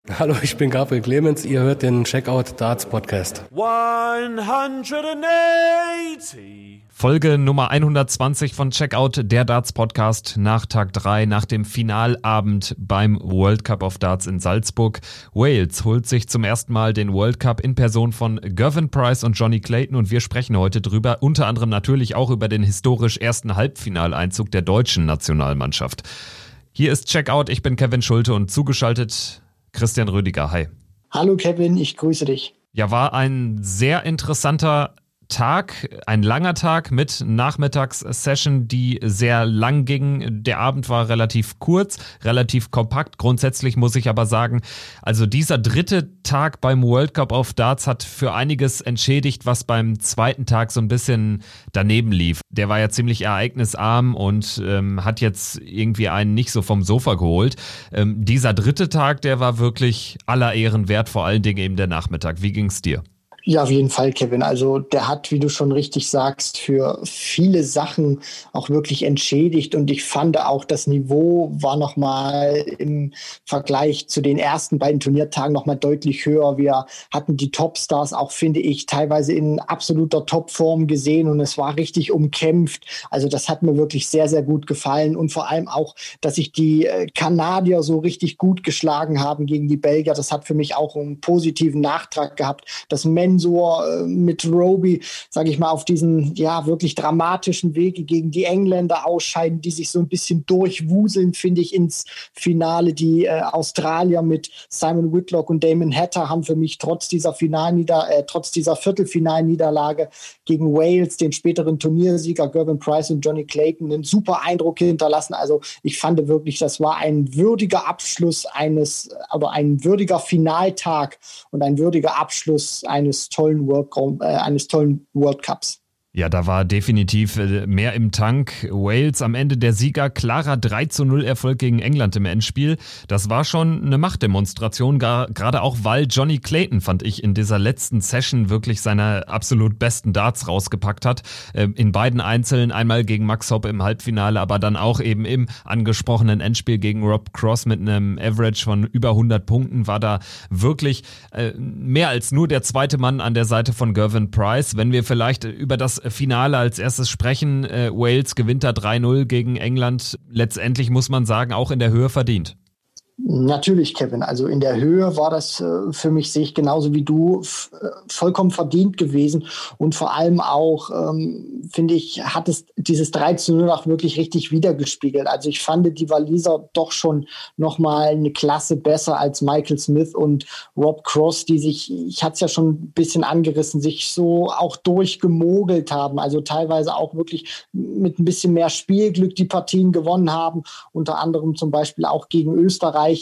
Hallo, ich bin Gabriel Clemens, ihr hört den Checkout Darts Podcast. 180. Folge Nummer 120 von Checkout, der Darts Podcast, nach Tag 3, nach dem Finalabend beim World Cup of Darts in Salzburg. Wales holt sich zum ersten Mal den World Cup in Person von Gervin Price und Johnny Clayton und wir sprechen heute drüber, unter anderem natürlich auch über den historisch ersten Halbfinaleinzug der deutschen Nationalmannschaft. Hier ist Checkout, ich bin Kevin Schulte und zugeschaltet Christian Rüdiger. Hi. Hallo Kevin, ich grüße dich. Ja, war ein sehr interessanter Tag, ein langer Tag mit Nachmittagssession, die sehr lang ging. Der Abend war relativ kurz, relativ kompakt. Grundsätzlich muss ich aber sagen, also dieser dritte Tag beim World Cup of Darts hat für einiges entschädigt, was beim zweiten Tag so ein bisschen daneben lief. Der war ja ziemlich ereignisarm und hat jetzt irgendwie einen nicht so vom Sofa geholt. Dieser dritte Tag, der war wirklich aller Ehren wert, vor allen Dingen eben der Nachmittag. Wie ging's dir? Ja, auf jeden Fall, Kevin. Also der hat, wie du schon richtig sagst, für viele Sachen auch wirklich entschädigt. Und ich fand auch, das Niveau war nochmal im Vergleich zu den ersten beiden Turniertagen nochmal deutlich höher. Wir hatten die Topstars auch, finde ich, teilweise in absoluter Topform gesehen. Und es war richtig umkämpft. Also das hat mir wirklich sehr, sehr gut gefallen. Und vor allem auch, dass sich die Kanadier so richtig gut geschlagen haben gegen die Belgier. Das hat für mich auch einen positiven Nachtrag gehabt. Das Mensur mit Roby, sage ich mal, auf diesen ja wirklich dramatischen Wege gegen die Engländer ausscheiden, die sich so ein bisschen durchwuseln, finde ich, ins Finale. Die Australier mit Simon Whitlock und Damon Hatter haben für mich trotz dieser Viertelfinalniederlage gegen Wales, den späteren Turniersieger Gervin Price und Johnny Clayton, einen super Eindruck hinterlassen. Also ich fand wirklich, das war ein würdiger Abschluss ein würdiger Finaltag und ein würdiger Abschluss eines tollen World Cups. Ja, da war definitiv mehr im Tank. Wales am Ende der Sieger, klarer 3:0 Erfolg gegen England im Endspiel. Das war schon eine Machtdemonstration, gerade auch, weil Johnny Clayton, fand ich, in dieser letzten Session wirklich seine absolut besten Darts rausgepackt hat. In beiden Einzeln, einmal gegen Max Hopp im Halbfinale, aber dann auch eben im angesprochenen Endspiel gegen Rob Cross mit einem Average von über 100 Punkten, war da wirklich mehr als nur der zweite Mann an der Seite von Gervin Price. Wenn wir vielleicht über das Finale als erstes sprechen, Wales gewinnt da 3:0 gegen England. Letztendlich muss man sagen, auch in der Höhe verdient. Natürlich, Kevin. Also in der Höhe war das für mich, sehe ich genauso wie du, vollkommen verdient gewesen. Und vor allem auch, finde ich, hat es dieses 3:0 auch wirklich richtig wiedergespiegelt. Also ich fand die Waliser doch schon nochmal eine Klasse besser als Michael Smith und Rob Cross, die sich, ich hatte es ja schon ein bisschen angerissen, sich so auch durchgemogelt haben. Also teilweise auch wirklich mit ein bisschen mehr Spielglück die Partien gewonnen haben. Unter anderem zum Beispiel auch gegen Österreich.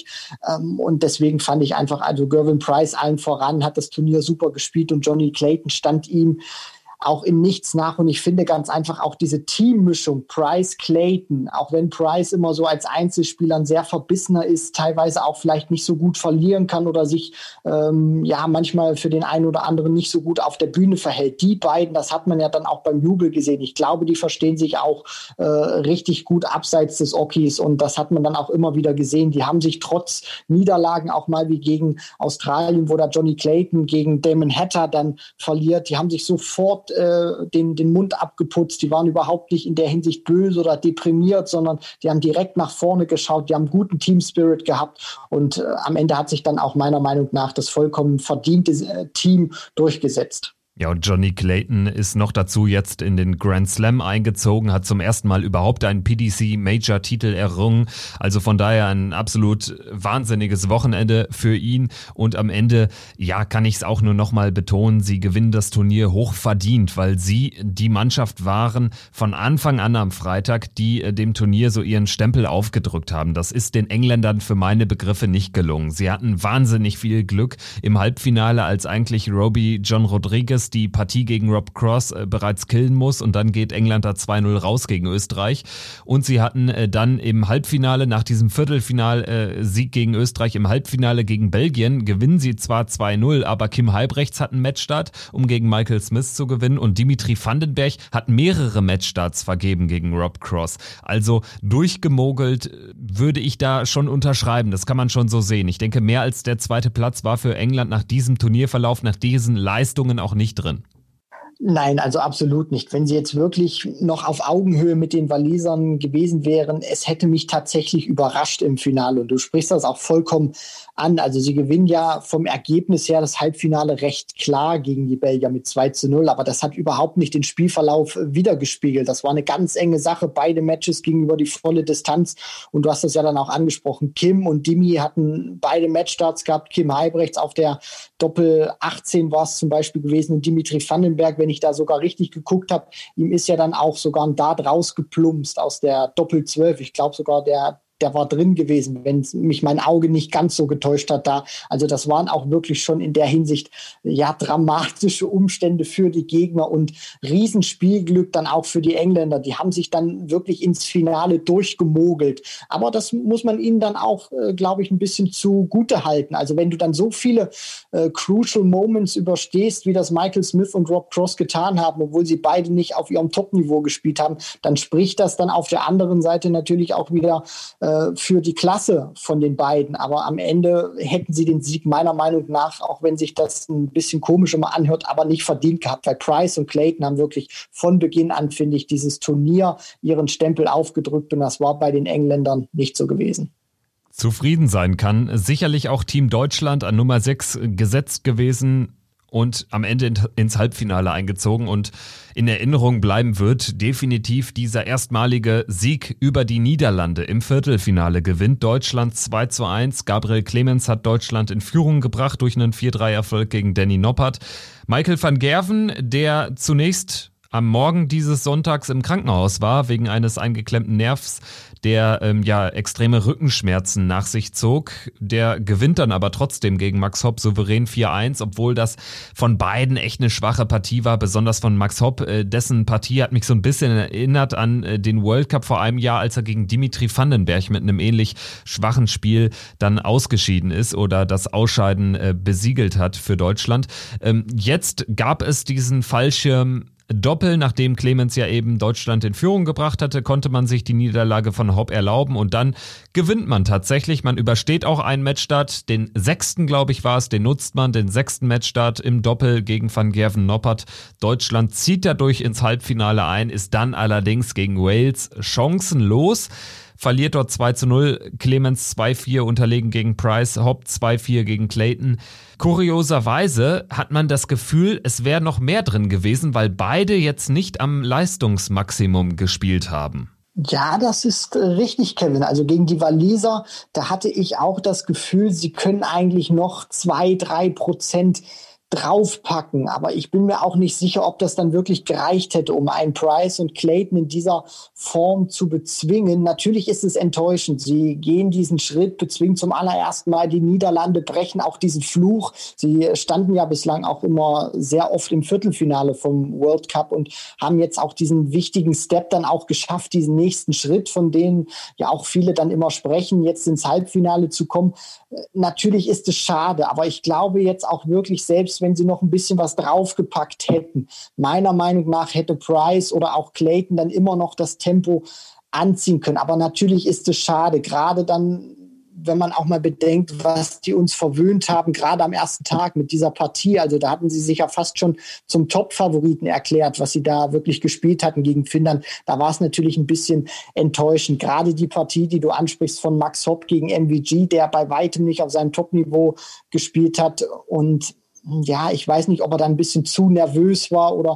Und deswegen fand ich einfach, also Gervin Price allen voran hat das Turnier super gespielt und Johnny Clayton stand ihm auch in nichts nach. Und ich finde ganz einfach auch diese Teammischung Price-Clayton, auch wenn Price immer so als Einzelspieler ein sehr verbissener ist, teilweise auch vielleicht nicht so gut verlieren kann oder sich manchmal für den einen oder anderen nicht so gut auf der Bühne verhält. Die beiden, das hat man ja dann auch beim Jubel gesehen. Ich glaube, die verstehen sich auch richtig gut abseits des Okis und das hat man dann auch immer wieder gesehen. Die haben sich trotz Niederlagen auch mal wie gegen Australien, wo da Johnny Clayton gegen Damon Hatter dann verliert, die haben sich sofort den Mund abgeputzt. Die waren überhaupt nicht in der Hinsicht böse oder deprimiert, sondern die haben direkt nach vorne geschaut. Die haben guten Team-Spirit gehabt und am Ende hat sich dann auch meiner Meinung nach das vollkommen verdiente Team durchgesetzt. Ja, und Johnny Clayton ist noch dazu jetzt in den Grand Slam eingezogen, hat zum ersten Mal überhaupt einen PDC-Major-Titel errungen. Also von daher ein absolut wahnsinniges Wochenende für ihn. Und am Ende, ja, kann ich es auch nur nochmal betonen, sie gewinnen das Turnier hochverdient, weil sie die Mannschaft waren von Anfang an am Freitag, die dem Turnier so ihren Stempel aufgedrückt haben. Das ist den Engländern für meine Begriffe nicht gelungen. Sie hatten wahnsinnig viel Glück im Halbfinale, als eigentlich Roby John Rodriguez Wales die Partie gegen Rob Cross bereits killen muss und dann geht England da 2-0 raus gegen Österreich. Und sie hatten dann im Halbfinale, nach diesem Viertelfinal-Sieg gegen Österreich, im Halbfinale gegen Belgien, gewinnen sie zwar 2-0, aber Kim Huybrechts hat einen Matchstart, um gegen Michael Smith zu gewinnen, und Dimitri Vandenberg hat mehrere Matchstarts vergeben gegen Rob Cross. Also durchgemogelt würde ich da schon unterschreiben, das kann man schon so sehen. Ich denke, mehr als der zweite Platz war für England nach diesem Turnierverlauf, nach diesen Leistungen auch nicht drin. Nein, also absolut nicht. Wenn sie jetzt wirklich noch auf Augenhöhe mit den Walisern gewesen wären, es hätte mich tatsächlich überrascht im Finale. Und du sprichst das auch vollkommen an. Also sie gewinnen ja vom Ergebnis her das Halbfinale recht klar gegen die Belgier mit 2-0. Aber das hat überhaupt nicht den Spielverlauf widergespiegelt. Das war eine ganz enge Sache. Beide Matches gingen über die volle Distanz. Und du hast das ja dann auch angesprochen. Kim und Dimi hatten beide Matchstarts gehabt. Kim Huybrechts auf der Doppel 18 war es zum Beispiel gewesen. Und Dimitri Vandenberg, wenn ich da sogar richtig geguckt habe, ihm ist ja dann auch sogar ein Dart rausgeplumpst aus der Doppel 12. Ich glaube sogar, der war drin gewesen, wenn mich mein Auge nicht ganz so getäuscht hat da. Also das waren auch wirklich schon in der Hinsicht ja dramatische Umstände für die Gegner und Riesenspielglück dann auch für die Engländer. Die haben sich dann wirklich ins Finale durchgemogelt. Aber das muss man ihnen dann auch, glaube ich, ein bisschen zugute halten. Also wenn du dann so viele Crucial Moments überstehst, wie das Michael Smith und Rob Cross getan haben, obwohl sie beide nicht auf ihrem Top-Niveau gespielt haben, dann spricht das dann auf der anderen Seite natürlich auch wieder für die Klasse von den beiden. Aber am Ende hätten sie den Sieg meiner Meinung nach, auch wenn sich das ein bisschen komisch immer anhört, aber nicht verdient gehabt, weil Price und Clayton haben wirklich von Beginn an, finde ich, dieses Turnier ihren Stempel aufgedrückt und das war bei den Engländern nicht so gewesen. Zufrieden sein kann sicherlich auch Team Deutschland, an Nummer 6 gesetzt gewesen und am Ende ins Halbfinale eingezogen, und in Erinnerung bleiben wird definitiv dieser erstmalige Sieg über die Niederlande. Im Viertelfinale gewinnt Deutschland 2-1. Gabriel Clemens hat Deutschland in Führung gebracht durch einen 4-3-Erfolg gegen Danny Noppert. Michael van Gerwen, der zunächst am Morgen dieses Sonntags im Krankenhaus war, wegen eines eingeklemmten Nervs, der extreme Rückenschmerzen nach sich zog. Der gewinnt dann aber trotzdem gegen Max Hopp souverän 4-1, obwohl das von beiden echt eine schwache Partie war, besonders von Max Hopp. Dessen Partie hat mich so ein bisschen erinnert an den World Cup vor einem Jahr, als er gegen Dimitri Vandenberg mit einem ähnlich schwachen Spiel dann ausgeschieden ist oder das Ausscheiden besiegelt hat für Deutschland. Jetzt gab es diesen Fallschirm Doppel, nachdem Clemens ja eben Deutschland in Führung gebracht hatte, konnte man sich die Niederlage von Hopp erlauben und dann gewinnt man tatsächlich. Man übersteht auch einen Matchstart, den 6. glaube ich war es, den nutzt man, den 6. Matchstart im Doppel gegen Van Gerwen Noppert. Deutschland zieht dadurch ins Halbfinale ein, ist dann allerdings gegen Wales chancenlos. Verliert dort 2-0, Clemens 2-4 unterlegen gegen Price, Hopp 2-4 gegen Clayton. Kurioserweise hat man das Gefühl, es wäre noch mehr drin gewesen, weil beide jetzt nicht am Leistungsmaximum gespielt haben. Ja, das ist richtig, Kevin. Also gegen die Waliser, da hatte ich auch das Gefühl, sie können eigentlich noch 2-3% draufpacken. Aber ich bin mir auch nicht sicher, ob das dann wirklich gereicht hätte, um einen Price und Clayton in dieser Form zu bezwingen. Natürlich ist es enttäuschend. Sie gehen diesen Schritt, bezwingen zum allerersten Mal die Niederlande, brechen auch diesen Fluch. Sie standen ja bislang auch immer sehr oft im Viertelfinale vom World Cup und haben jetzt auch diesen wichtigen Step dann auch geschafft, diesen nächsten Schritt, von denen ja auch viele dann immer sprechen, jetzt ins Halbfinale zu kommen. Natürlich ist es schade, aber ich glaube jetzt auch wirklich, selbst wenn sie noch ein bisschen was draufgepackt hätten, meiner Meinung nach hätte Price oder auch Clayton dann immer noch das Tempo anziehen können. Aber natürlich ist es schade, gerade dann, wenn man auch mal bedenkt, was die uns verwöhnt haben, gerade am ersten Tag mit dieser Partie. Also da hatten sie sich ja fast schon zum Top-Favoriten erklärt, was sie da wirklich gespielt hatten gegen Finnland. Da war es natürlich ein bisschen enttäuschend. Gerade die Partie, die du ansprichst von Max Hopp gegen MVG, der bei weitem nicht auf seinem Top-Niveau gespielt hat. Und ja, ich weiß nicht, ob er da ein bisschen zu nervös war oder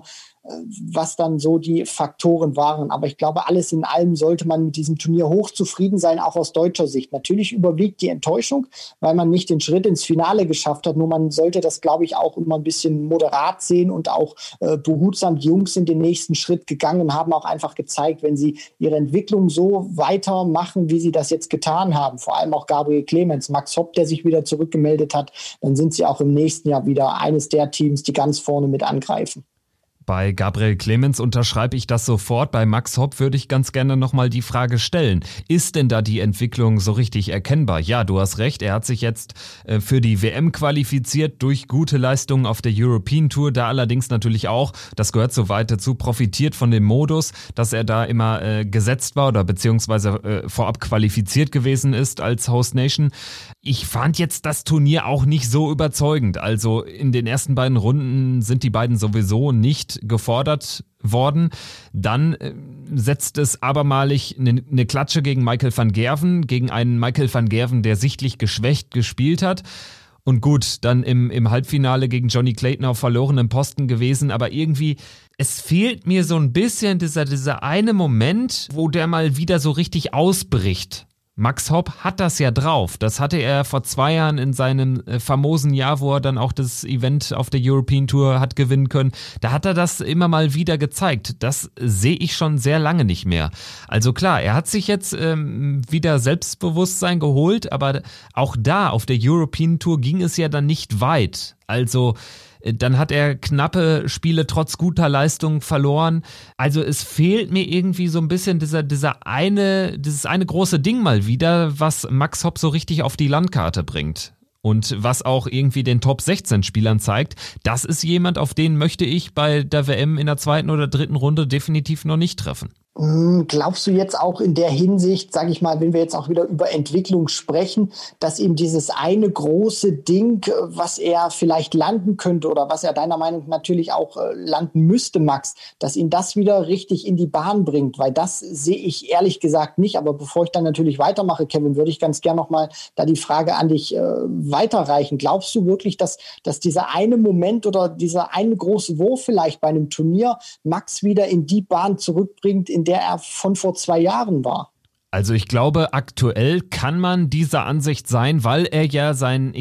was dann so die Faktoren waren. Aber ich glaube, alles in allem sollte man mit diesem Turnier hochzufrieden sein, auch aus deutscher Sicht. Natürlich überwiegt die Enttäuschung, weil man nicht den Schritt ins Finale geschafft hat. Nur man sollte das, glaube ich, auch immer ein bisschen moderat sehen und auch behutsam. Die Jungs sind den nächsten Schritt gegangen und haben auch einfach gezeigt, wenn sie ihre Entwicklung so weitermachen, wie sie das jetzt getan haben, vor allem auch Gabriel Clemens, Max Hopp, der sich wieder zurückgemeldet hat, dann sind sie auch im nächsten Jahr wieder eines der Teams, die ganz vorne mit angreifen. Bei Gabriel Clemens unterschreibe ich das sofort. Bei Max Hopp würde ich ganz gerne nochmal die Frage stellen. Ist denn da die Entwicklung so richtig erkennbar? Ja, du hast recht. Er hat sich jetzt für die WM qualifiziert durch gute Leistungen auf der European Tour. Da allerdings natürlich auch, das gehört so weit dazu, profitiert von dem Modus, dass er da immer gesetzt war oder beziehungsweise vorab qualifiziert gewesen ist als Host Nation. Ich fand jetzt das Turnier auch nicht so überzeugend. Also in den ersten beiden Runden sind die beiden sowieso nicht gefordert worden. Dann setzt es abermalig eine Klatsche gegen Michael van Gerwen, gegen einen Michael van Gerwen, der sichtlich geschwächt gespielt hat. Und gut, dann im Halbfinale gegen Johnny Clayton auf verlorenem Posten gewesen, aber irgendwie, es fehlt mir so ein bisschen dieser eine Moment, wo der mal wieder so richtig ausbricht. Max Hopp hat das ja drauf. Das hatte er vor 2 Jahren in seinem famosen Jahr, wo er dann auch das Event auf der European Tour hat gewinnen können. Da hat er das immer mal wieder gezeigt. Das sehe ich schon sehr lange nicht mehr. Also klar, er hat sich jetzt wieder Selbstbewusstsein geholt, aber auch da auf der European Tour ging es ja dann nicht weit. Also dann hat er knappe Spiele trotz guter Leistung verloren. Also es fehlt mir irgendwie so ein bisschen dieses eine große Ding mal wieder, was Max Hopp so richtig auf die Landkarte bringt. Und was auch irgendwie den Top 16 Spielern zeigt, das ist jemand, auf den möchte ich bei der WM in der 2. oder 3. Runde definitiv noch nicht treffen. Glaubst du jetzt auch in der Hinsicht, sage ich mal, wenn wir jetzt auch wieder über Entwicklung sprechen, dass ihm dieses eine große Ding, was er vielleicht landen könnte oder was er deiner Meinung nach natürlich auch landen müsste, Max, dass ihn das wieder richtig in die Bahn bringt? Weil das sehe ich ehrlich gesagt nicht. Aber bevor ich dann natürlich weitermache, Kevin, würde ich ganz gern nochmal da die Frage an dich weiterreichen. Glaubst du wirklich, dass dieser eine Moment oder dieser eine große Wurf vielleicht bei einem Turnier Max wieder in die Bahn zurückbringt, in der er von vor 2 Jahren war? Also ich glaube, aktuell kann man dieser Ansicht sein, weil er ja sein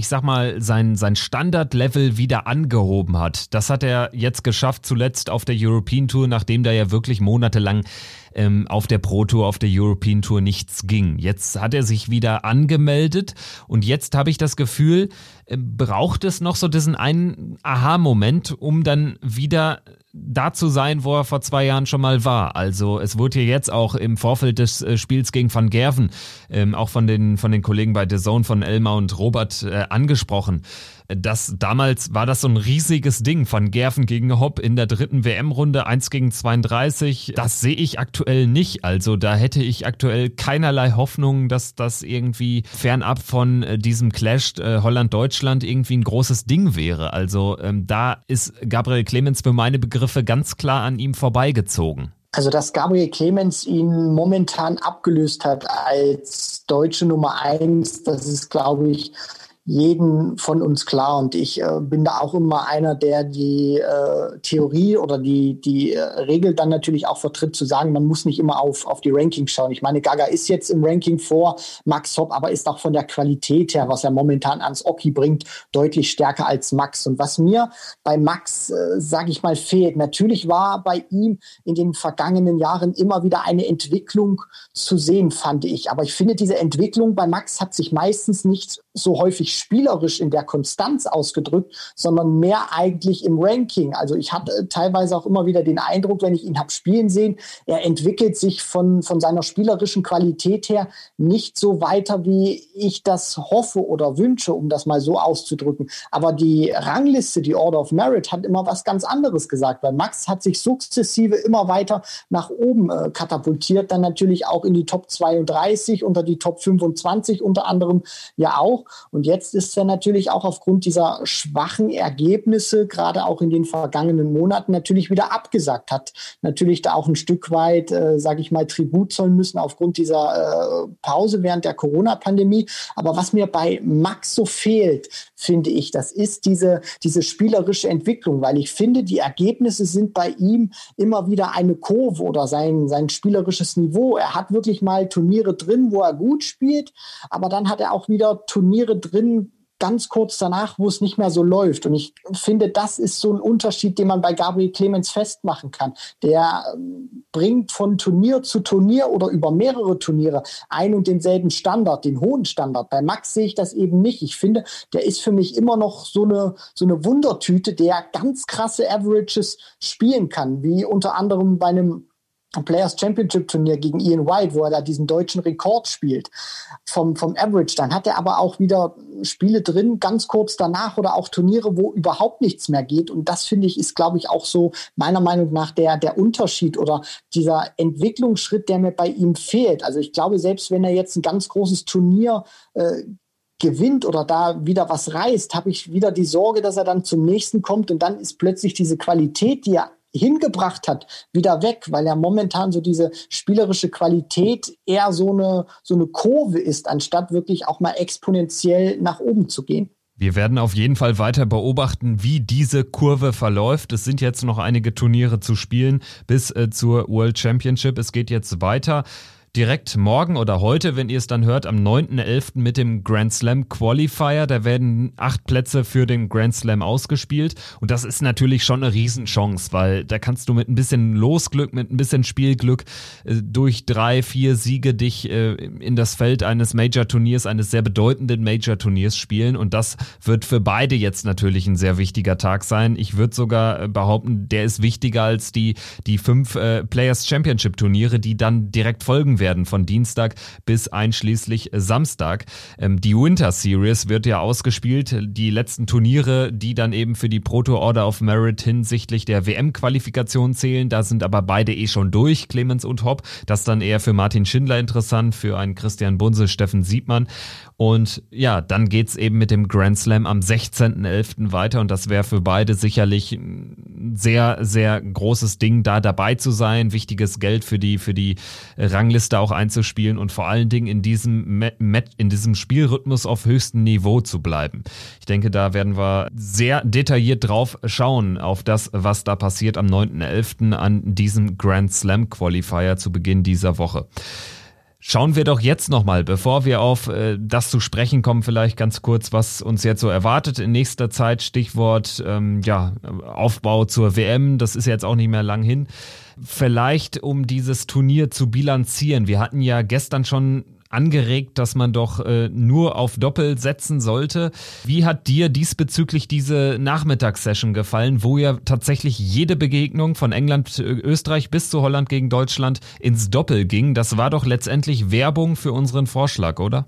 Standardlevel wieder angehoben hat. Das hat er jetzt geschafft, zuletzt auf der European Tour, nachdem da ja wirklich monatelang auf der Pro Tour, auf der European Tour nichts ging. Jetzt hat er sich wieder angemeldet und jetzt habe ich das Gefühl, braucht es noch so diesen einen Aha-Moment, um dann wieder da zu sein, wo er vor 2 Jahren schon mal war. Also es wurde hier jetzt auch im Vorfeld des Spiels gegen Van Gerwen auch von den Kollegen bei DAZN, von Elmar und Robert angesprochen. Damals war das so ein riesiges Ding, Van Gerwen gegen Hopp in der 3. WM-Runde, 1:32. Das sehe ich aktuell nicht. Also da hätte ich aktuell keinerlei Hoffnung, dass das irgendwie fernab von diesem Clash Holland-Deutschland irgendwie ein großes Ding wäre. Also da ist Gabriel Clemens für meine Begriffe ganz klar an ihm vorbeigezogen. Also, dass Gabriel Clemens ihn momentan abgelöst hat als deutsche Nummer 1, das ist, glaube ich, jeden von uns klar. Und ich bin da auch immer einer, der die Theorie oder die Regel dann natürlich auch vertritt, zu sagen, man muss nicht immer auf die Rankings schauen. Ich meine, Gaga ist jetzt im Ranking vor Max Hopp, aber ist auch von der Qualität her, was er momentan ans Oki bringt, deutlich stärker als Max. Und was mir bei Max, sage ich mal, fehlt, natürlich war bei ihm in den vergangenen Jahren immer wieder eine Entwicklung zu sehen, fand ich. Aber ich finde, diese Entwicklung bei Max hat sich meistens nicht so häufig spielerisch in der Konstanz ausgedrückt, sondern mehr eigentlich im Ranking. Also ich hatte teilweise auch immer wieder den Eindruck, wenn ich ihn habe spielen sehen, er entwickelt sich von seiner spielerischen Qualität her nicht so weiter, wie ich das hoffe oder wünsche, um das mal so auszudrücken. Aber die Rangliste, die Order of Merit, hat immer was ganz anderes gesagt, weil Max hat sich sukzessive immer weiter nach oben katapultiert, dann natürlich auch in die Top 32, unter die Top 25 unter anderem ja auch. Und jetzt jetzt ist er natürlich auch aufgrund dieser schwachen Ergebnisse, gerade auch in den vergangenen Monaten, natürlich wieder abgesagt, hat natürlich da auch ein Stück weit, sage ich mal, Tribut zollen müssen aufgrund dieser Pause während der Corona-Pandemie. Aber was mir bei Max so fehlt, finde ich, das ist diese spielerische Entwicklung, weil ich finde, die Ergebnisse sind bei ihm immer wieder eine Kurve oder sein spielerisches Niveau. Er hat wirklich mal Turniere drin, wo er gut spielt, aber dann hat er auch wieder Turniere drin, ganz kurz danach, wo es nicht mehr so läuft. Und ich finde, das ist so ein Unterschied, den man bei Gabriel Clemens festmachen kann. Der bringt von Turnier zu Turnier oder über mehrere Turniere ein und denselben Standard, den hohen Standard. Bei Max sehe ich das eben nicht. Ich finde, der ist für mich immer noch so eine Wundertüte, der ganz krasse Averages spielen kann, wie unter anderem bei einem Players Championship Turnier gegen Ian White, wo er da diesen deutschen Rekord spielt vom Average. Dann hat er aber auch wieder Spiele drin, ganz kurz danach oder auch Turniere, wo überhaupt nichts mehr geht. Und das, finde ich, ist, glaube ich, auch so meiner Meinung nach der Unterschied oder dieser Entwicklungsschritt, der mir bei ihm fehlt. Also ich glaube, selbst wenn er jetzt ein ganz großes Turnier gewinnt oder da wieder was reißt, habe ich wieder die Sorge, dass er dann zum nächsten kommt und dann ist plötzlich diese Qualität, die er hingebracht hat, wieder weg, weil er momentan so diese spielerische Qualität eher so eine Kurve ist, anstatt wirklich auch mal exponentiell nach oben zu gehen. Wir werden auf jeden Fall weiter beobachten, wie diese Kurve verläuft. Es sind jetzt noch einige Turniere zu spielen bis zur World Championship. Es geht jetzt weiter. Direkt morgen oder heute, wenn ihr es dann hört, am 9.11. mit dem Grand Slam Qualifier. Da werden 8 Plätze für den Grand Slam ausgespielt. Und das ist natürlich schon eine Riesenchance, weil da kannst du mit ein bisschen Losglück, mit ein bisschen Spielglück durch 3, 4 Siege dich in das Feld eines Major-Turniers, eines sehr bedeutenden Major-Turniers spielen. Und das wird für beide jetzt natürlich ein sehr wichtiger Tag sein. Ich würde sogar behaupten, der ist wichtiger als die 5 Players Championship Turniere, die dann direkt folgen werden von Dienstag bis einschließlich Samstag. Die Winter Series wird ja ausgespielt, die letzten Turniere, die dann eben für die Proto Order of Merit hinsichtlich der WM-Qualifikation zählen. Da sind aber beide schon durch, Clemens und Hopp. Das dann eher für Martin Schindler interessant, für einen Christian Bunse, Steffen Siebmann. Und ja, dann geht's eben mit dem Grand Slam am 16.11. weiter und das wäre für beide sicherlich ein sehr, sehr großes Ding, da dabei zu sein, wichtiges Geld für die Rangliste auch einzuspielen und vor allen Dingen in diesem Spielrhythmus auf höchstem Niveau zu bleiben. Ich denke, da werden wir sehr detailliert drauf schauen, auf das, was da passiert am 9.11. an diesem Grand Slam Qualifier zu Beginn dieser Woche. Schauen wir doch jetzt nochmal, bevor wir auf das zu sprechen kommen, vielleicht ganz kurz, was uns jetzt so erwartet in nächster Zeit. Stichwort Aufbau zur WM, das ist jetzt auch nicht mehr lang hin. Vielleicht, um dieses Turnier zu bilanzieren. Wir hatten ja gestern schon angeregt, dass man doch nur auf Doppel setzen sollte. Wie hat dir diesbezüglich diese Nachmittagssession gefallen, wo ja tatsächlich jede Begegnung von England, Österreich bis zu Holland gegen Deutschland ins Doppel ging? Das war doch letztendlich Werbung für unseren Vorschlag, oder?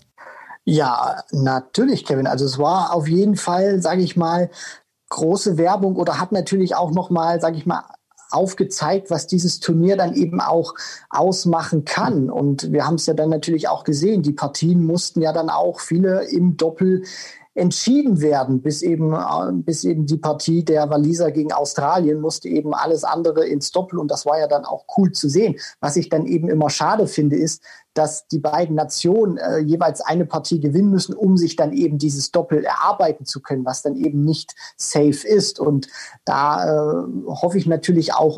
Ja, natürlich, Kevin. Also es war auf jeden Fall, sage ich mal, große Werbung oder hat natürlich auch nochmal, sage ich mal, aufgezeigt, was dieses Turnier dann eben auch ausmachen kann. Und wir haben es ja dann natürlich auch gesehen, die Partien mussten ja dann auch viele im Doppel entschieden werden, bis eben die Partie der Waliser gegen Australien musste eben alles andere ins Doppel und das war ja dann auch cool zu sehen. Was ich dann eben immer schade finde, ist, dass die beiden Nationen jeweils eine Partie gewinnen müssen, um sich dann eben dieses Doppel erarbeiten zu können, was dann eben nicht safe ist. Und da hoffe ich natürlich auch,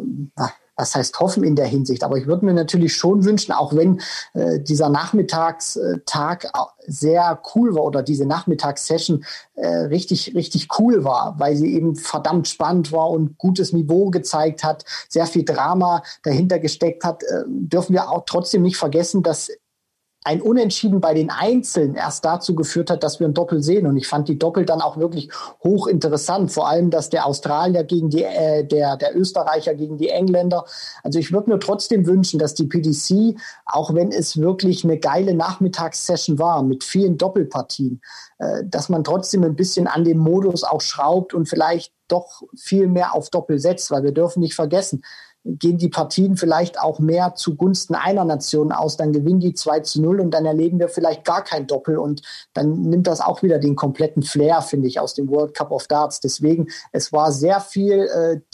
was heißt hoffen in der Hinsicht, aber ich würde mir natürlich schon wünschen, auch wenn dieser Nachmittagstag sehr cool war oder diese Nachmittagssession richtig, richtig cool war, weil sie eben verdammt spannend war und gutes Niveau gezeigt hat, sehr viel Drama dahinter gesteckt hat, dürfen wir auch trotzdem nicht vergessen, dass ein Unentschieden bei den Einzelnen erst dazu geführt hat, dass wir ein Doppel sehen. Und ich fand die Doppel dann auch wirklich hochinteressant. Vor allem, dass der Australier gegen der Österreicher gegen die Engländer. Also ich würde mir trotzdem wünschen, dass die PDC, auch wenn es wirklich eine geile Nachmittagssession war, mit vielen Doppelpartien, dass man trotzdem ein bisschen an dem Modus auch schraubt und vielleicht doch viel mehr auf Doppel setzt. Weil wir dürfen nicht vergessen, gehen die Partien vielleicht auch mehr zugunsten einer Nation aus, dann gewinnen die 2-0 und dann erleben wir vielleicht gar kein Doppel und dann nimmt das auch wieder den kompletten Flair, finde ich, aus dem World Cup of Darts. Deswegen, es war sehr viel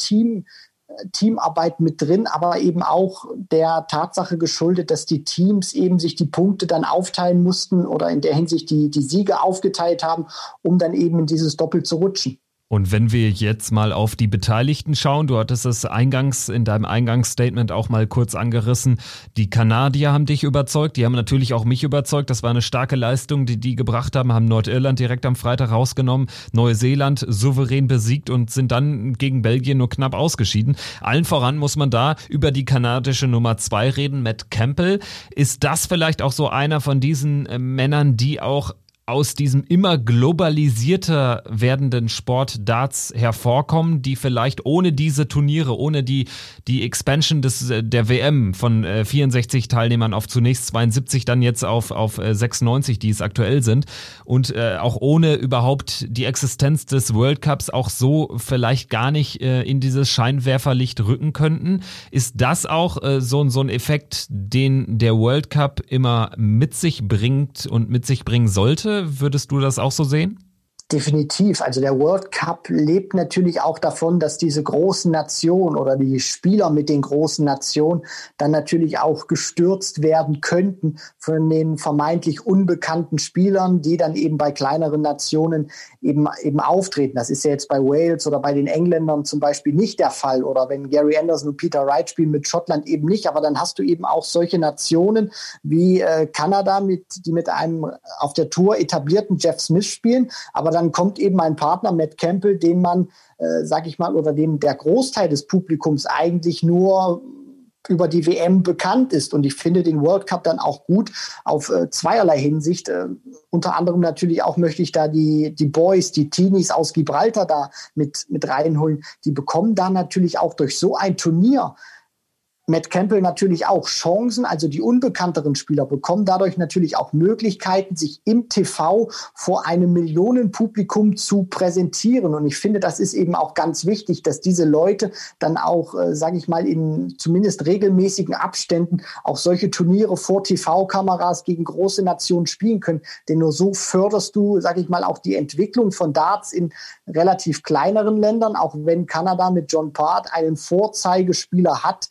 Teamarbeit mit drin, aber eben auch der Tatsache geschuldet, dass die Teams eben sich die Punkte dann aufteilen mussten oder in der Hinsicht die Siege aufgeteilt haben, um dann eben in dieses Doppel zu rutschen. Und wenn wir jetzt mal auf die Beteiligten schauen, du hattest es eingangs in deinem Eingangsstatement auch mal kurz angerissen, die Kanadier haben dich überzeugt, die haben natürlich auch mich überzeugt, das war eine starke Leistung, die gebracht haben Nordirland direkt am Freitag rausgenommen, Neuseeland souverän besiegt und sind dann gegen Belgien nur knapp ausgeschieden. Allen voran muss man da über die kanadische Nummer 2 reden, Matt Campbell. Ist das vielleicht auch so einer von diesen Männern, die auch aus diesem immer globalisierter werdenden Sport Darts hervorkommen, die vielleicht ohne diese Turniere, ohne die Expansion der WM von 64 Teilnehmern auf zunächst 72, dann jetzt auf 96, die es aktuell sind, und auch ohne überhaupt die Existenz des World Cups auch so vielleicht gar nicht in dieses Scheinwerferlicht rücken könnten. Ist das auch so ein Effekt, den der World Cup immer mit sich bringt und mit sich bringen sollte? Würdest du das auch so sehen? Definitiv. Also der World Cup lebt natürlich auch davon, dass diese großen Nationen oder die Spieler mit den großen Nationen dann natürlich auch gestürzt werden könnten von den vermeintlich unbekannten Spielern, die dann eben bei kleineren Nationen eben auftreten. Das ist ja jetzt bei Wales oder bei den Engländern zum Beispiel nicht der Fall oder wenn Gary Anderson und Peter Wright spielen mit Schottland eben nicht. Aber dann hast du eben auch solche Nationen wie Kanada, die mit einem auf der Tour etablierten Jeff Smith spielen, aber dann kommt eben ein Partner, Matt Campbell, den man, sag ich mal, oder dem der Großteil des Publikums eigentlich nur über die WM bekannt ist. Und ich finde den World Cup dann auch gut auf zweierlei Hinsicht. Unter anderem natürlich auch möchte ich da die Boys, die Teenies aus Gibraltar da mit reinholen. Die bekommen da natürlich auch durch so ein Turnier Matt Campbell natürlich auch Chancen, also die unbekannteren Spieler bekommen dadurch natürlich auch Möglichkeiten, sich im TV vor einem Millionenpublikum zu präsentieren. Und ich finde, das ist eben auch ganz wichtig, dass diese Leute dann auch, sage ich mal, in zumindest regelmäßigen Abständen auch solche Turniere vor TV-Kameras gegen große Nationen spielen können. Denn nur so förderst du, sage ich mal, auch die Entwicklung von Darts in relativ kleineren Ländern, auch wenn Kanada mit John Part einen Vorzeigespieler hatte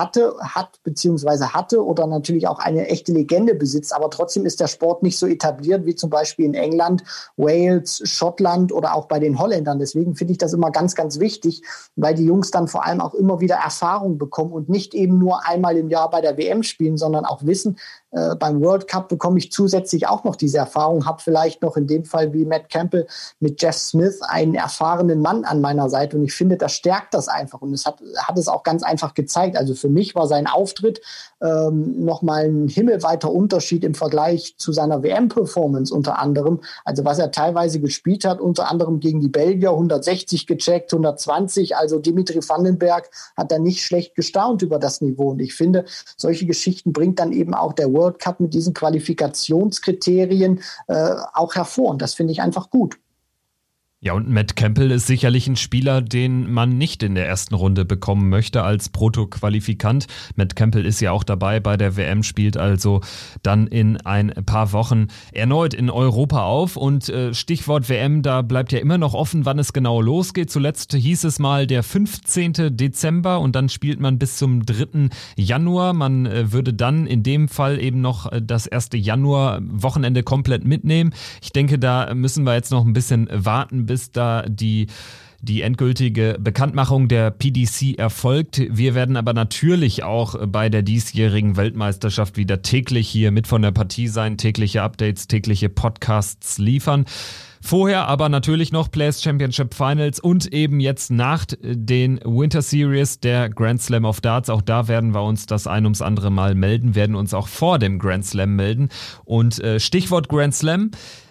oder natürlich auch eine echte Legende besitzt, aber trotzdem ist der Sport nicht so etabliert wie zum Beispiel in England, Wales, Schottland oder auch bei den Holländern. Deswegen finde ich das immer ganz, ganz wichtig, weil die Jungs dann vor allem auch immer wieder Erfahrung bekommen und nicht eben nur einmal im Jahr bei der WM spielen, sondern auch wissen, beim World Cup bekomme ich zusätzlich auch noch diese Erfahrung, habe vielleicht noch in dem Fall wie Matt Campbell mit Jeff Smith einen erfahrenen Mann an meiner Seite und ich finde, das stärkt das einfach und es hat es auch ganz einfach gezeigt. Also für mich war sein Auftritt nochmal ein himmelweiter Unterschied im Vergleich zu seiner WM-Performance unter anderem. Also was er teilweise gespielt hat, unter anderem gegen die Belgier, 160 gecheckt, 120. Also Dimitri Vandenberg hat da nicht schlecht gestaunt über das Niveau. Und ich finde, solche Geschichten bringt dann eben auch der World Cup mit diesen Qualifikationskriterien auch hervor. Und das finde ich einfach gut. Ja, und Matt Campbell ist sicherlich ein Spieler, den man nicht in der ersten Runde bekommen möchte als Proto-Qualifikant. Matt Campbell ist ja auch dabei bei der WM, spielt also dann in ein paar Wochen erneut in Europa auf. Und Stichwort WM, da bleibt ja immer noch offen, wann es genau losgeht. Zuletzt hieß es mal der 15. Dezember und dann spielt man bis zum 3. Januar. Man würde dann in dem Fall eben noch das 1. Januar-Wochenende komplett mitnehmen. Ich denke, da müssen wir jetzt noch ein bisschen warten, bis da die endgültige Bekanntmachung der PDC erfolgt. Wir werden aber natürlich auch bei der diesjährigen Weltmeisterschaft wieder täglich hier mit von der Partie sein, tägliche Updates, tägliche Podcasts liefern. Vorher aber natürlich noch Players Championship Finals und eben jetzt nach den Winter Series der Grand Slam of Darts. Auch da werden wir uns das ein ums andere Mal melden, werden uns auch vor dem Grand Slam melden. Und Stichwort Grand Slam,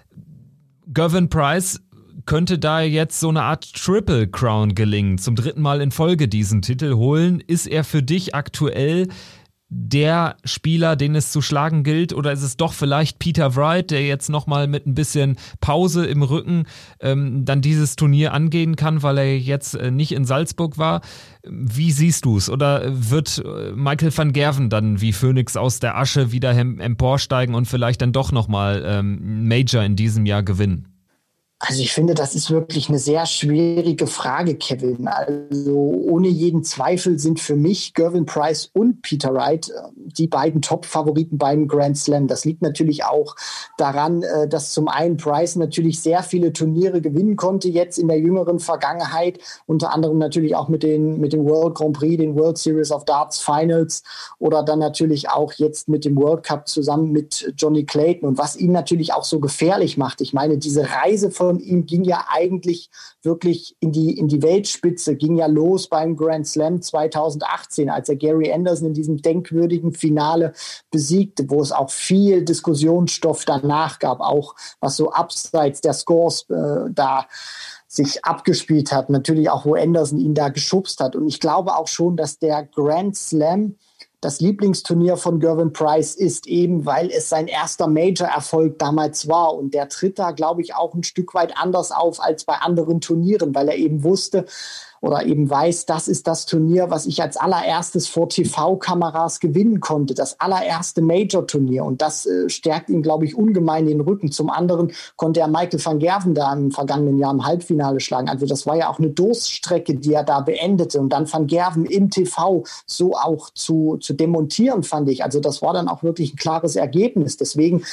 Gervin Price könnte da jetzt so eine Art Triple Crown gelingen, zum 3. Mal in Folge diesen Titel holen. Ist er für dich aktuell der Spieler, den es zu schlagen gilt, oder ist es doch vielleicht Peter Wright, der jetzt nochmal mit ein bisschen Pause im Rücken dann dieses Turnier angehen kann, weil er jetzt nicht in Salzburg war? Wie siehst du es? Oder wird Michael van Gerwen dann wie Phönix aus der Asche wieder emporsteigen und vielleicht dann doch nochmal Major in diesem Jahr gewinnen? Also ich finde, das ist wirklich eine sehr schwierige Frage, Kevin. Also ohne jeden Zweifel sind für mich Gervin Price und Peter Wright die beiden Top-Favoriten beim Grand Slam. Das liegt natürlich auch daran, dass zum einen Price natürlich sehr viele Turniere gewinnen konnte, jetzt in der jüngeren Vergangenheit, unter anderem natürlich auch mit dem World Grand Prix, den World Series of Darts Finals oder dann natürlich auch jetzt mit dem World Cup zusammen mit Johnny Clayton. Und was ihn natürlich auch so gefährlich macht, ich meine, diese Reise von ihm ging ja eigentlich wirklich in die Weltspitze, ging ja los beim Grand Slam 2018, als er Gary Anderson in diesem denkwürdigen Finale besiegte, wo es auch viel Diskussionsstoff danach gab, auch was so abseits der Scores da sich abgespielt hat, natürlich auch, wo Anderson ihn da geschubst hat. Und ich glaube auch schon, dass der Grand Slam das Lieblingsturnier von Gervin Price ist, eben weil es sein erster Major-Erfolg damals war. Und der tritt da, glaube ich, auch ein Stück weit anders auf als bei anderen Turnieren, weil er eben wusste oder eben weiß, das ist das Turnier, was ich als allererstes vor TV-Kameras gewinnen konnte. Das allererste Major-Turnier. Und das stärkt ihm, glaube ich, ungemein den Rücken. Zum anderen konnte er Michael van Gerwen da im vergangenen Jahr im Halbfinale schlagen. Also das war ja auch eine Durststrecke, die er da beendete. Und dann van Gerwen im TV so auch zu demontieren, fand ich. Also das war dann auch wirklich ein klares Ergebnis. Deswegen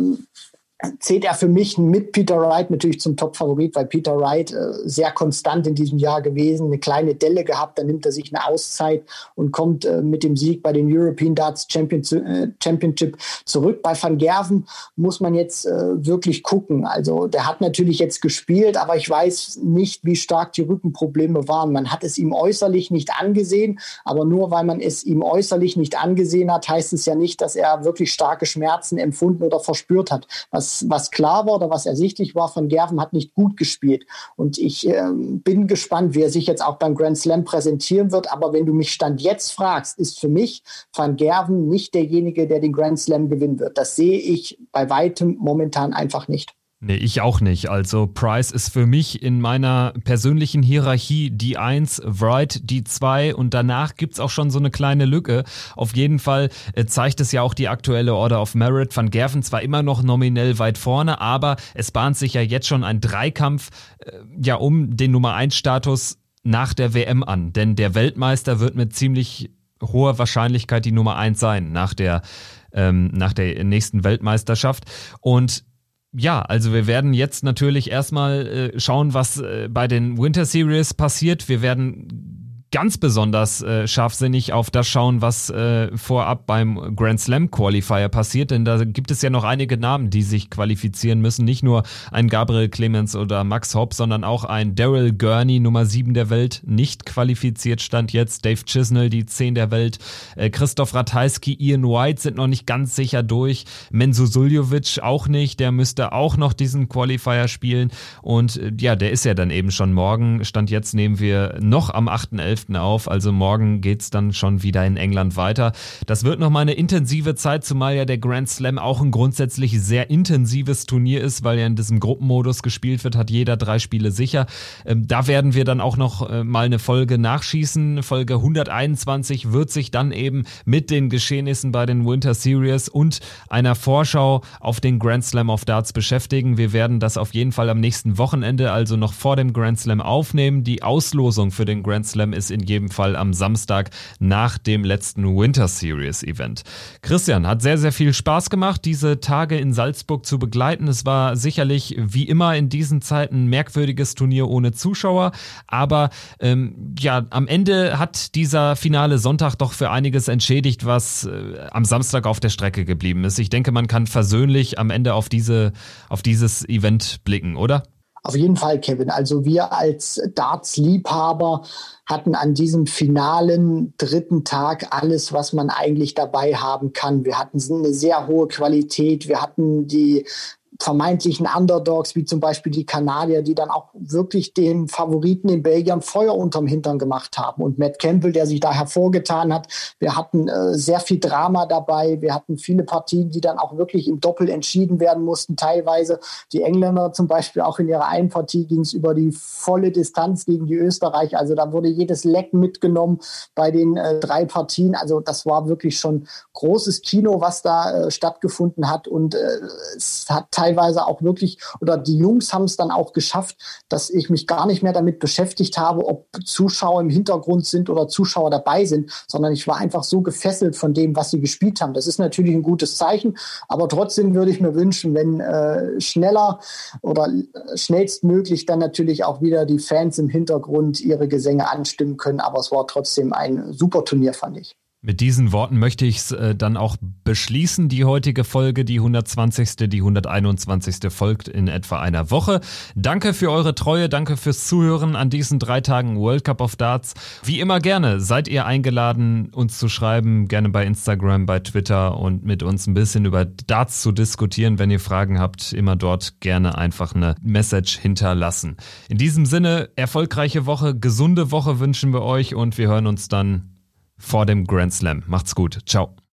zählt er für mich mit Peter Wright natürlich zum Top-Favorit, weil Peter Wright sehr konstant in diesem Jahr gewesen, eine kleine Delle gehabt, dann nimmt er sich eine Auszeit und kommt mit dem Sieg bei den European Darts Championship zurück. Bei Van Gerwen muss man jetzt wirklich gucken. Also der hat natürlich jetzt gespielt, aber ich weiß nicht, wie stark die Rückenprobleme waren. Man hat es ihm äußerlich nicht angesehen, aber nur weil man es ihm äußerlich nicht angesehen hat, heißt es ja nicht, dass er wirklich starke Schmerzen empfunden oder verspürt hat. Was klar war oder was ersichtlich war, Van Gerwen hat nicht gut gespielt. Und ich bin gespannt, wie er sich jetzt auch beim Grand Slam präsentieren wird. Aber wenn du mich Stand jetzt fragst, ist für mich Van Gerwen nicht derjenige, der den Grand Slam gewinnen wird. Das sehe ich bei weitem momentan einfach nicht. Nee, ich auch nicht. Also Price ist für mich in meiner persönlichen Hierarchie die 1, Wright die 2 und danach gibt's auch schon so eine kleine Lücke. Auf jeden Fall zeigt es ja auch die aktuelle Order of Merit. Van Gerwen zwar immer noch nominell weit vorne, aber es bahnt sich ja jetzt schon ein Dreikampf um den Nummer 1 Status nach der WM an. Denn der Weltmeister wird mit ziemlich hoher Wahrscheinlichkeit die Nummer 1 sein nach der nächsten Weltmeisterschaft. Und ja, also wir werden jetzt natürlich erstmal schauen, was bei den Winter Series passiert. Wir werden ganz besonders scharfsinnig auf das schauen, was vorab beim Grand Slam Qualifier passiert, denn da gibt es ja noch einige Namen, die sich qualifizieren müssen. Nicht nur ein Gabriel Clemens oder Max Hopp, sondern auch ein Daryl Gurney, Nummer 7 der Welt, nicht qualifiziert stand jetzt. Dave Chisnell, die 10 der Welt. Christoph Ratajski, Ian White sind noch nicht ganz sicher durch. Menzo Suljovic auch nicht, der müsste auch noch diesen Qualifier spielen. Und ja, der ist ja dann eben schon morgen. Stand jetzt nehmen wir noch am 8.11. auf, also morgen geht's dann schon wieder in England weiter. Das wird nochmal eine intensive Zeit, zumal ja der Grand Slam auch ein grundsätzlich sehr intensives Turnier ist, weil ja in diesem Gruppenmodus gespielt wird, hat jeder 3 Spiele sicher. Da werden wir dann auch noch mal eine Folge nachschießen. Folge 121 wird sich dann eben mit den Geschehnissen bei den Winter Series und einer Vorschau auf den Grand Slam of Darts beschäftigen. Wir werden das auf jeden Fall am nächsten Wochenende, also noch vor dem Grand Slam aufnehmen. Die Auslosung für den Grand Slam ist in jedem Fall am Samstag nach dem letzten Winter Series Event. Christian, hat sehr, sehr viel Spaß gemacht, diese Tage in Salzburg zu begleiten. Es war sicherlich wie immer in diesen Zeiten ein merkwürdiges Turnier ohne Zuschauer, aber am Ende hat dieser finale Sonntag doch für einiges entschädigt, was am Samstag auf der Strecke geblieben ist. Ich denke, man kann versöhnlich am Ende auf dieses Event blicken, oder? Auf jeden Fall, Kevin. Also wir als Darts-Liebhaber hatten an diesem finalen 3. Tag alles, was man eigentlich dabei haben kann. Wir hatten eine sehr hohe Qualität. Wir hatten vermeintlichen Underdogs, wie zum Beispiel die Kanadier, die dann auch wirklich den Favoriten in Belgien Feuer unterm Hintern gemacht haben. Und Matt Campbell, der sich da hervorgetan hat. Wir hatten sehr viel Drama dabei. Wir hatten viele Partien, die dann auch wirklich im Doppel entschieden werden mussten. Teilweise die Engländer zum Beispiel auch in ihrer einen Partie ging es über die volle Distanz gegen die Österreicher. Also da wurde jedes Leck mitgenommen bei den 3 Partien. Also das war wirklich schon großes Kino, was da stattgefunden hat. Und es hat teilweise auch wirklich, oder die Jungs haben es dann auch geschafft, dass ich mich gar nicht mehr damit beschäftigt habe, ob Zuschauer im Hintergrund sind oder Zuschauer dabei sind, sondern ich war einfach so gefesselt von dem, was sie gespielt haben. Das ist natürlich ein gutes Zeichen, aber trotzdem würde ich mir wünschen, wenn schneller oder schnellstmöglich dann natürlich auch wieder die Fans im Hintergrund ihre Gesänge anstimmen können. Aber es war trotzdem ein super Turnier, fand ich. Mit diesen Worten möchte ich es dann auch beschließen, die heutige Folge, die 120., die 121. folgt in etwa einer Woche. Danke für eure Treue, danke fürs Zuhören an diesen 3 Tagen World Cup of Darts. Wie immer gerne seid ihr eingeladen, uns zu schreiben, gerne bei Instagram, bei Twitter und mit uns ein bisschen über Darts zu diskutieren. Wenn ihr Fragen habt, immer dort gerne einfach eine Message hinterlassen. In diesem Sinne, erfolgreiche Woche, gesunde Woche wünschen wir euch und wir hören uns dann vor dem Grand Slam. Macht's gut. Ciao.